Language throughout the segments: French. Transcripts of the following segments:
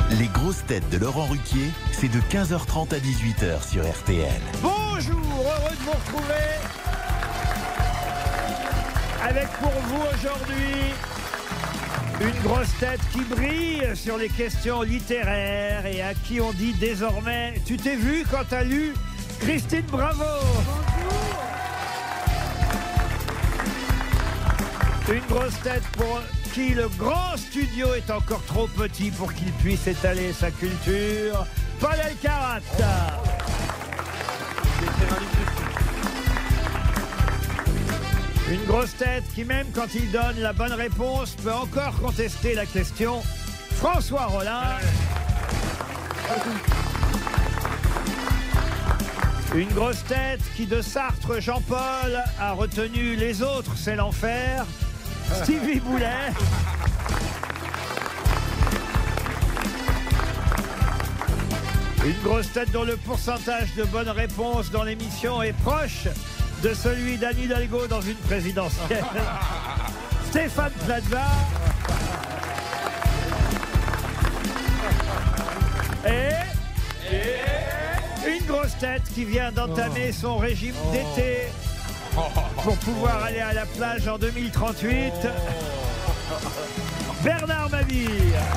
Les grosses têtes de Laurent Ruquier, c'est de 15h30 à 18h sur RTL. Bonjour, heureux de vous retrouver avec pour vous aujourd'hui une grosse tête qui brille sur les questions littéraires et à qui on dit désormais « Tu t'es vu quand t'as lu Christine Bravo ?» Une grosse tête pour qui le grand studio est encore trop petit pour qu'il puisse étaler sa culture, Paul Elkarat. Une grosse tête qui, même quand il donne la bonne réponse, peut encore contester la question, François Rollin. Une grosse tête qui, de Sartre Jean-Paul, a retenu les autres, c'est l'enfer, Stevie Boulet. Une grosse tête dont le pourcentage de bonnes réponses dans l'émission est proche de celui d'Anne Hidalgo dans une présidentielle, Stéphane Plaza. Et une grosse tête qui vient d'entamer son régime d'été pour pouvoir aller à la plage en 2038, Bernard Mabille.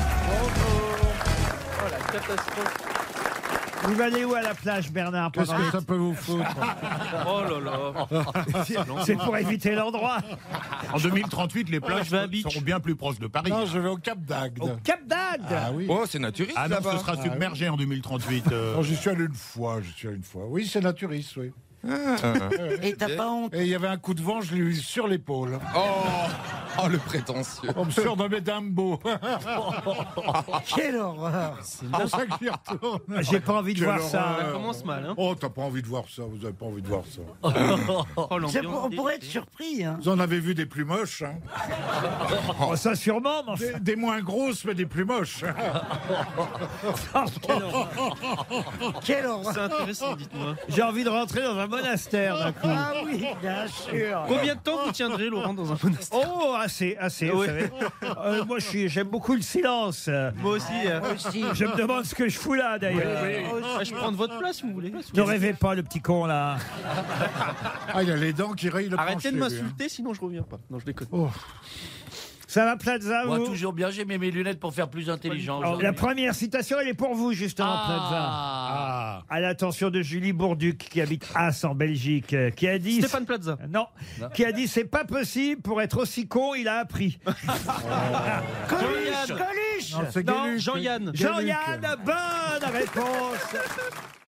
Oh la catastrophe. Vous allez où à la plage, Bernard? Qu'est-ce que ça peut vous foutre? Oh là là. C'est pour éviter l'endroit. En 2038, les plages seront bien plus proches de Paris. Non, je vais au Cap d'Agde. Au Cap d'Agde. Ah oui. Oh, c'est naturiste. Ah non, là-bas. ce sera submergé en 2038. Non, j'y suis allé une fois, Oui, c'est naturiste, oui. Et t'as pas honte? Et il y avait un coup de vent, je l'ai eu sur l'épaule. Oh, le prétentieux. On me surnommait Dumbo. Quelle horreur! C'est pour ça que j'y retourne. J'ai pas envie de Quelle voir ça. horreur. Ça commence mal, hein. Oh, t'as pas envie de voir ça, vous avez pas envie de voir ça. Oh, On pourrait être surpris, hein. Vous en avez vu des plus moches, hein. Oh, ça sûrement, mais enfin. Des moins grosses, mais des plus moches. Quelle horreur! C'est intéressant, dites-moi. J'ai envie de rentrer dans un monastère d'un coup. Ah oui, bien sûr! Combien de temps vous tiendrez, Laurent, dans un monastère? Oh, assez, vous Oui. savez. Moi, j'aime beaucoup le silence. Moi aussi. Aussi. Je me demande ce que je fous là, d'ailleurs. Ah, je prends de votre place, si vous voulez. Ne rêvez pas, le petit con, là. Ah, il a les dents qui rayent le Arrêtez de plancher, lui, hein. m'insulter, sinon je reviens pas. Non, je déconne. Ça va, Plaza, Moi, vous? toujours bien, j'ai mis mes lunettes pour faire plus intelligent. Alors, aujourd'hui. la première citation, elle est pour vous, justement, Plaza. Ah. À l'attention de Julie Bourduc, qui habite As, en Belgique, qui a dit... Stéphane Plaza. Non, qui a dit, c'est pas possible, pour être aussi con, il a appris. Coluche! Coluche! Non, c'est Non, Gueluc. Jean-Yann. Jean-Yann, bonne réponse